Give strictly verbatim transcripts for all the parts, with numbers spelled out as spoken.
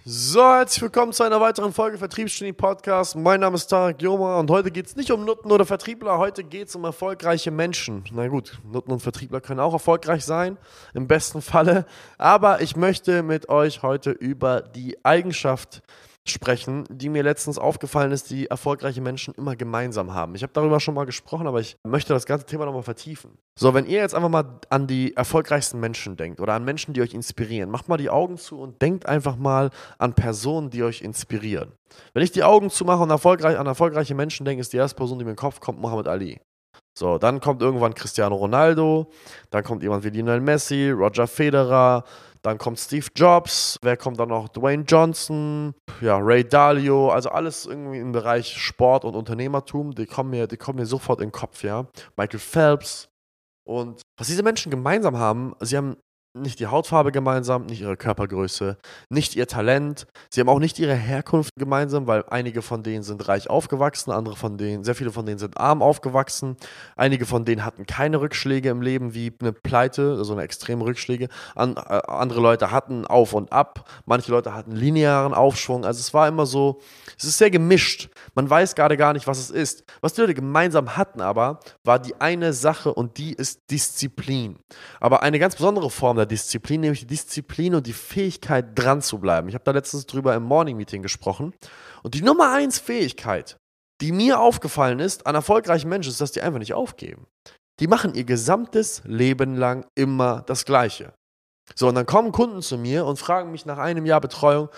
So, herzlich willkommen zu einer weiteren Folge Vertriebsgenie Podcast. Mein Name ist Tarek Joma und heute geht es nicht um Nutten oder Vertriebler, heute geht es um erfolgreiche Menschen. Na gut, Nutten und Vertriebler können auch erfolgreich sein, im besten Falle. Aber ich möchte mit euch heute über die Eigenschaft sprechen, die mir letztens aufgefallen ist, die erfolgreiche Menschen immer gemeinsam haben. Ich habe darüber schon mal gesprochen, aber ich möchte das ganze Thema nochmal vertiefen. So, wenn ihr jetzt einfach mal an die erfolgreichsten Menschen denkt oder an Menschen, die euch inspirieren, macht mal die Augen zu und denkt einfach mal an Personen, die euch inspirieren. Wenn ich die Augen zumache und erfolgreich, an erfolgreiche Menschen denke, ist die erste Person, die mir in den Kopf kommt, Muhammad Ali. So, dann kommt irgendwann Cristiano Ronaldo, dann kommt jemand wie Lionel Messi, Roger Federer, dann kommt Steve Jobs, wer kommt dann noch? Dwayne Johnson, ja, Ray Dalio, also alles irgendwie im Bereich Sport und Unternehmertum, die kommen mir, die kommen mir sofort in den Kopf, ja. Michael Phelps. Und was diese Menschen gemeinsam haben, sie haben nicht die Hautfarbe gemeinsam, nicht ihre Körpergröße, nicht ihr Talent. Sie haben auch nicht ihre Herkunft gemeinsam, weil einige von denen sind reich aufgewachsen, andere von denen, sehr viele von denen sind arm aufgewachsen. Einige von denen hatten keine Rückschläge im Leben, wie eine Pleite, also eine extreme Rückschläge. An, äh, andere Leute hatten Auf und Ab, manche Leute hatten linearen Aufschwung. Also es war immer so, es ist sehr gemischt. Man weiß gerade gar nicht, was es ist. Was die Leute gemeinsam hatten aber, war die eine Sache und die ist Disziplin. Aber eine ganz besondere Form der Disziplin, nämlich die Disziplin und die Fähigkeit, dran zu bleiben. Ich habe da letztens drüber im Morning Meeting gesprochen. Und die Nummer eins Fähigkeit, die mir aufgefallen ist an erfolgreichen Menschen, ist, dass die einfach nicht aufgeben. Die machen ihr gesamtes Leben lang immer das Gleiche. So, und dann kommen Kunden zu mir und fragen mich nach einem Jahr Betreuung,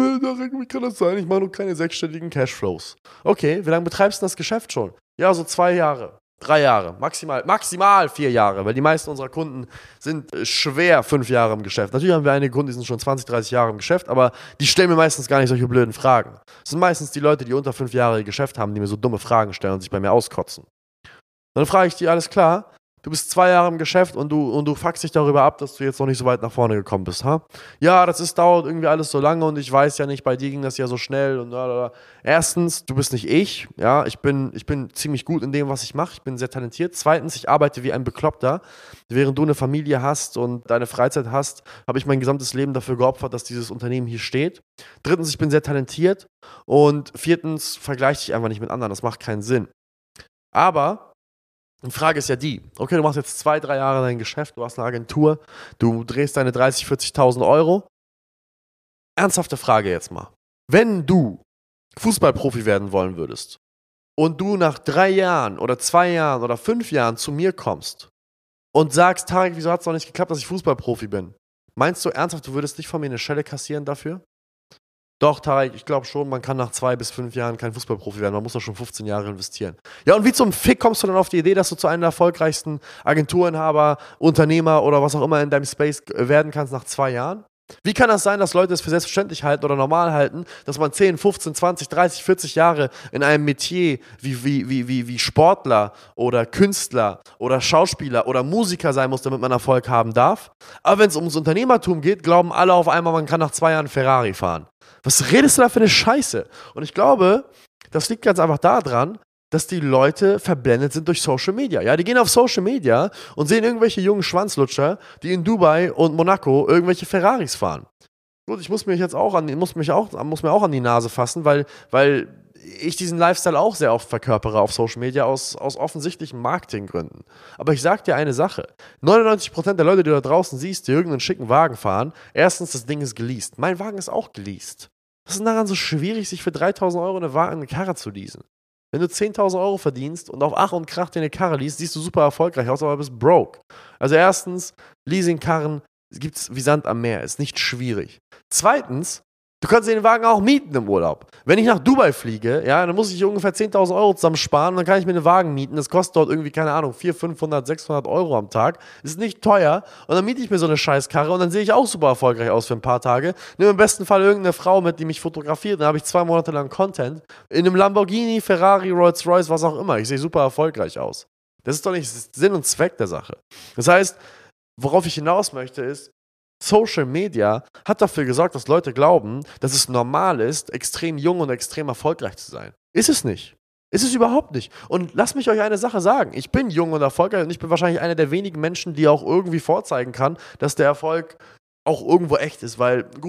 wie kann das sein? Ich mache noch keine sechsstelligen Cashflows. Okay, wie lange betreibst du das Geschäft schon? Ja, so zwei Jahre. Drei Jahre, maximal, maximal vier Jahre, weil die meisten unserer Kunden sind schwer fünf Jahre im Geschäft. Natürlich haben wir einige Kunden, die sind schon zwanzig, dreißig Jahre im Geschäft, aber die stellen mir meistens gar nicht solche blöden Fragen. Es sind meistens die Leute, die unter fünf Jahre Geschäft haben, die mir so dumme Fragen stellen und sich bei mir auskotzen. Dann frage ich die, alles klar, du bist zwei Jahre im Geschäft und du, und du fuckst dich darüber ab, dass du jetzt noch nicht so weit nach vorne gekommen bist, ha? Ja, das ist, dauert irgendwie alles so lange und ich weiß ja nicht, bei dir ging das ja so schnell und lalala. Erstens, du bist nicht ich, ja, ich bin, ich bin ziemlich gut in dem, was ich mache, ich bin sehr talentiert. Zweitens, ich arbeite wie ein Bekloppter. Während du eine Familie hast und deine Freizeit hast, habe ich mein gesamtes Leben dafür geopfert, dass dieses Unternehmen hier steht. Drittens, ich bin sehr talentiert und viertens, vergleiche dich einfach nicht mit anderen, das macht keinen Sinn. Aber die Frage ist ja die, okay, du machst jetzt zwei, drei Jahre dein Geschäft, du hast eine Agentur, du drehst deine dreißig, vierzigtausend Euro. Ernsthafte Frage jetzt mal. Wenn du Fußballprofi werden wollen würdest und du nach drei Jahren oder zwei Jahren oder fünf Jahren zu mir kommst und sagst, Tarek, wieso hat es noch nicht geklappt, dass ich Fußballprofi bin? Meinst du ernsthaft, du würdest nicht von mir eine Schelle kassieren dafür? Doch, Tarek, ich glaube schon, man kann nach zwei bis fünf Jahren kein Fußballprofi werden. Man muss doch schon fünfzehn Jahre investieren. Ja, und wie zum Fick kommst du dann auf die Idee, dass du zu einem der erfolgreichsten Agenturinhaber, Unternehmer oder was auch immer in deinem Space werden kannst nach zwei Jahren? Wie kann das sein, dass Leute es für selbstverständlich halten oder normal halten, dass man zehn, fünfzehn, zwanzig, dreißig, vierzig Jahre in einem Metier wie, wie, wie, wie, wie Sportler oder Künstler oder Schauspieler oder Musiker sein muss, damit man Erfolg haben darf? Aber wenn es ums Unternehmertum geht, glauben alle auf einmal, man kann nach zwei Jahren Ferrari fahren. Was redest du da für eine Scheiße? Und ich glaube, das liegt ganz einfach daran, dass die Leute verblendet sind durch Social Media. Ja, die gehen auf Social Media und sehen irgendwelche jungen Schwanzlutscher, die in Dubai und Monaco irgendwelche Ferraris fahren. Gut, ich muss mich jetzt auch an, muss mich auch, muss mir auch an die Nase fassen, weil, weil ich diesen Lifestyle auch sehr oft verkörpere auf Social Media aus, aus offensichtlichen Marketinggründen. Aber ich sag dir eine Sache. neunundneunzig Prozent der Leute, die du da draußen siehst, die irgendeinen schicken Wagen fahren, erstens, das Ding ist geleast. Mein Wagen ist auch geleast. Was ist denn daran so schwierig, sich für dreitausend Euro eine, Wagen, eine Karre zu leasen? Wenn du zehntausend Euro verdienst und auf Ach und Krach dir eine Karre liest, siehst du super erfolgreich aus, aber bist broke. Also erstens, Leasingkarren gibt es wie Sand am Meer, ist nicht schwierig. Zweitens, du kannst den Wagen auch mieten im Urlaub. Wenn ich nach Dubai fliege, ja, dann muss ich ungefähr zehntausend Euro zusammen sparen und dann kann ich mir einen Wagen mieten. Das kostet dort irgendwie, keine Ahnung, vierhundert, fünfhundert, sechshundert Euro am Tag. Ist nicht teuer. Und dann miete ich mir so eine Scheißkarre und dann sehe ich auch super erfolgreich aus für ein paar Tage. Nehme im besten Fall irgendeine Frau mit, die mich fotografiert. Dann habe ich zwei Monate lang Content. In einem Lamborghini, Ferrari, Rolls-Royce, was auch immer. Ich sehe super erfolgreich aus. Das ist doch nicht Sinn und Zweck der Sache. Das heißt, worauf ich hinaus möchte ist, Social Media hat dafür gesorgt, dass Leute glauben, dass es normal ist, extrem jung und extrem erfolgreich zu sein. Ist es nicht. Ist es überhaupt nicht. Und lasst mich euch eine Sache sagen. Ich bin jung und erfolgreich und ich bin wahrscheinlich einer der wenigen Menschen, die auch irgendwie vorzeigen kann, dass der Erfolg auch irgendwo echt ist. Weil, gut,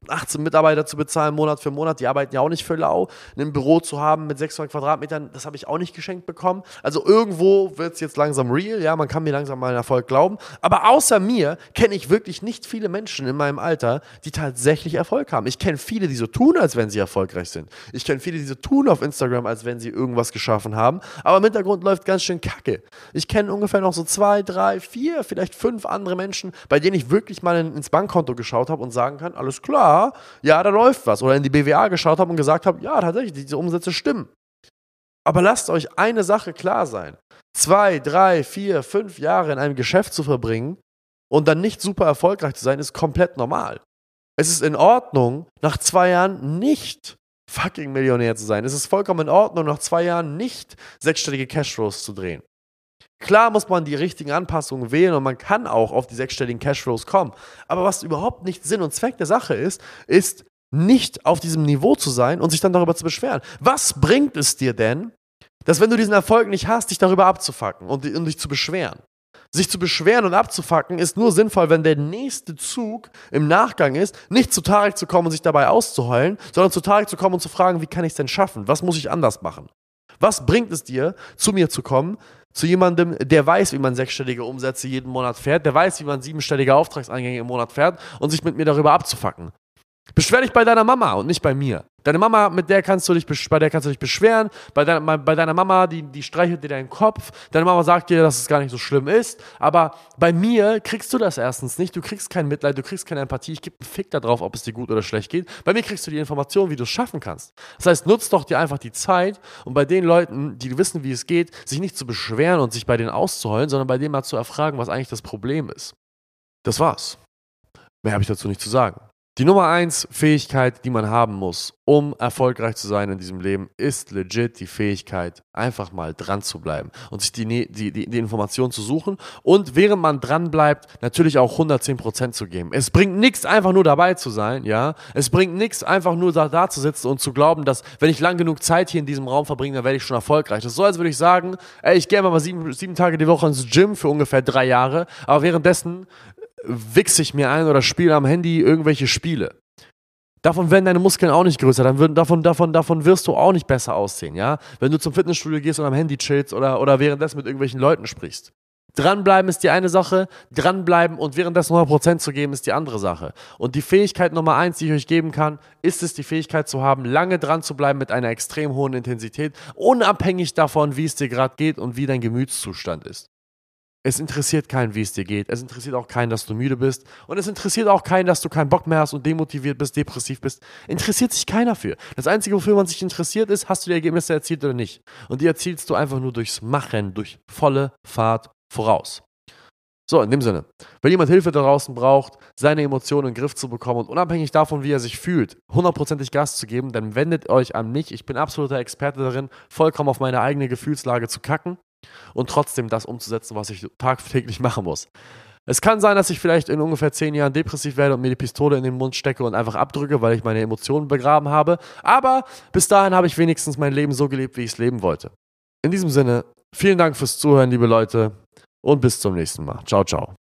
achtzehn Mitarbeiter zu bezahlen, Monat für Monat, die arbeiten ja auch nicht für lau. Ein Büro zu haben mit sechshundert Quadratmetern, das habe ich auch nicht geschenkt bekommen. Also irgendwo wird es jetzt langsam real, ja, man kann mir langsam mal einen Erfolg glauben. Aber außer mir kenne ich wirklich nicht viele Menschen in meinem Alter, die tatsächlich Erfolg haben. Ich kenne viele, die so tun, als wenn sie erfolgreich sind. Ich kenne viele, die so tun auf Instagram, als wenn sie irgendwas geschaffen haben. Aber im Hintergrund läuft ganz schön Kacke. Ich kenne ungefähr noch so zwei, drei, vier, vielleicht fünf andere Menschen, bei denen ich wirklich mal ins Bankkonto geschaut habe und sagen kann, alles klar, ja, da läuft was. Oder in die B W A geschaut habe und gesagt habe, ja, tatsächlich, diese Umsätze stimmen. Aber lasst euch eine Sache klar sein. Zwei, drei, vier, fünf Jahre in einem Geschäft zu verbringen und dann nicht super erfolgreich zu sein, ist komplett normal. Es ist in Ordnung, nach zwei Jahren nicht fucking Millionär zu sein. Es ist vollkommen in Ordnung, nach zwei Jahren nicht sechsstellige Cashflows zu drehen. Klar muss man die richtigen Anpassungen wählen und man kann auch auf die sechsstelligen Cashflows kommen. Aber was überhaupt nicht Sinn und Zweck der Sache ist, ist nicht auf diesem Niveau zu sein und sich dann darüber zu beschweren. Was bringt es dir denn, dass wenn du diesen Erfolg nicht hast, dich darüber abzufacken und, und dich zu beschweren? Sich zu beschweren und abzufacken ist nur sinnvoll, wenn der nächste Zug im Nachgang ist, nicht zu Tarek zu kommen und sich dabei auszuheulen, sondern zu Tarek zu kommen und zu fragen, wie kann ich es denn schaffen? Was muss ich anders machen? Was bringt es dir, zu mir zu kommen, zu jemandem, der weiß, wie man sechsstellige Umsätze jeden Monat fährt, der weiß, wie man siebenstellige Auftragseingänge im Monat fährt und sich mit mir darüber abzufacken? Beschwer dich bei deiner Mama und nicht bei mir. Deine Mama, mit der kannst du dich, bei der kannst du dich beschweren. Bei, deiner, bei deiner Mama, die, die streichelt dir deinen Kopf. Deine Mama sagt dir, dass es gar nicht so schlimm ist. Aber bei mir kriegst du das erstens nicht. Du kriegst kein Mitleid, du kriegst keine Empathie. Ich gebe einen Fick darauf, ob es dir gut oder schlecht geht. Bei mir kriegst du die Information, wie du es schaffen kannst. Das heißt, nutzt doch dir einfach die Zeit, um bei den Leuten, die wissen, wie es geht, sich nicht zu beschweren und sich bei denen auszuheulen, sondern bei denen mal zu erfragen, was eigentlich das Problem ist. Das war's. Mehr habe ich dazu nicht zu sagen. Die Nummer eins Fähigkeit, die man haben muss, um erfolgreich zu sein in diesem Leben, ist legit die Fähigkeit, einfach mal dran zu bleiben und sich die, die, die, die Information zu suchen und während man dran bleibt, natürlich auch hundertzehn Prozent zu geben. Es bringt nichts, einfach nur dabei zu sein, ja. Es bringt nichts, einfach nur da, da zu sitzen und zu glauben, dass, wenn ich lang genug Zeit hier in diesem Raum verbringe, dann werde ich schon erfolgreich. Das ist so, als würde ich sagen, ey, ich gehe einfach mal sieben, sieben Tage die Woche ins Gym für ungefähr drei Jahre, aber währenddessen wichse ich mir ein oder spiele am Handy irgendwelche Spiele. Davon werden deine Muskeln auch nicht größer, dann würden, davon, davon, davon wirst du auch nicht besser aussehen, ja? Wenn du zum Fitnessstudio gehst und am Handy chillst oder, oder währenddessen mit irgendwelchen Leuten sprichst. Dranbleiben ist die eine Sache, dranbleiben und währenddessen hundert Prozent zu geben ist die andere Sache. Und die Fähigkeit Nummer eins, die ich euch geben kann, ist es, die Fähigkeit zu haben, lange dran zu bleiben mit einer extrem hohen Intensität, unabhängig davon, wie es dir gerade geht und wie dein Gemütszustand ist. Es interessiert keinen, wie es dir geht. Es interessiert auch keinen, dass du müde bist. Und es interessiert auch keinen, dass du keinen Bock mehr hast und demotiviert bist, depressiv bist. Interessiert sich keiner für. Das Einzige, wofür man sich interessiert, ist, hast du die Ergebnisse erzielt oder nicht. Und die erzielst du einfach nur durchs Machen, durch volle Fahrt voraus. So, in dem Sinne, wenn jemand Hilfe da draußen braucht, seine Emotionen in den Griff zu bekommen und unabhängig davon, wie er sich fühlt, hundertprozentig Gas zu geben, dann wendet euch an mich. Ich bin absoluter Experte darin, vollkommen auf meine eigene Gefühlslage zu kacken und trotzdem das umzusetzen, was ich tagtäglich machen muss. Es kann sein, dass ich vielleicht in ungefähr zehn Jahren depressiv werde und mir die Pistole in den Mund stecke und einfach abdrücke, weil ich meine Emotionen begraben habe. Aber bis dahin habe ich wenigstens mein Leben so gelebt, wie ich es leben wollte. In diesem Sinne, vielen Dank fürs Zuhören, liebe Leute, und bis zum nächsten Mal. Ciao, ciao.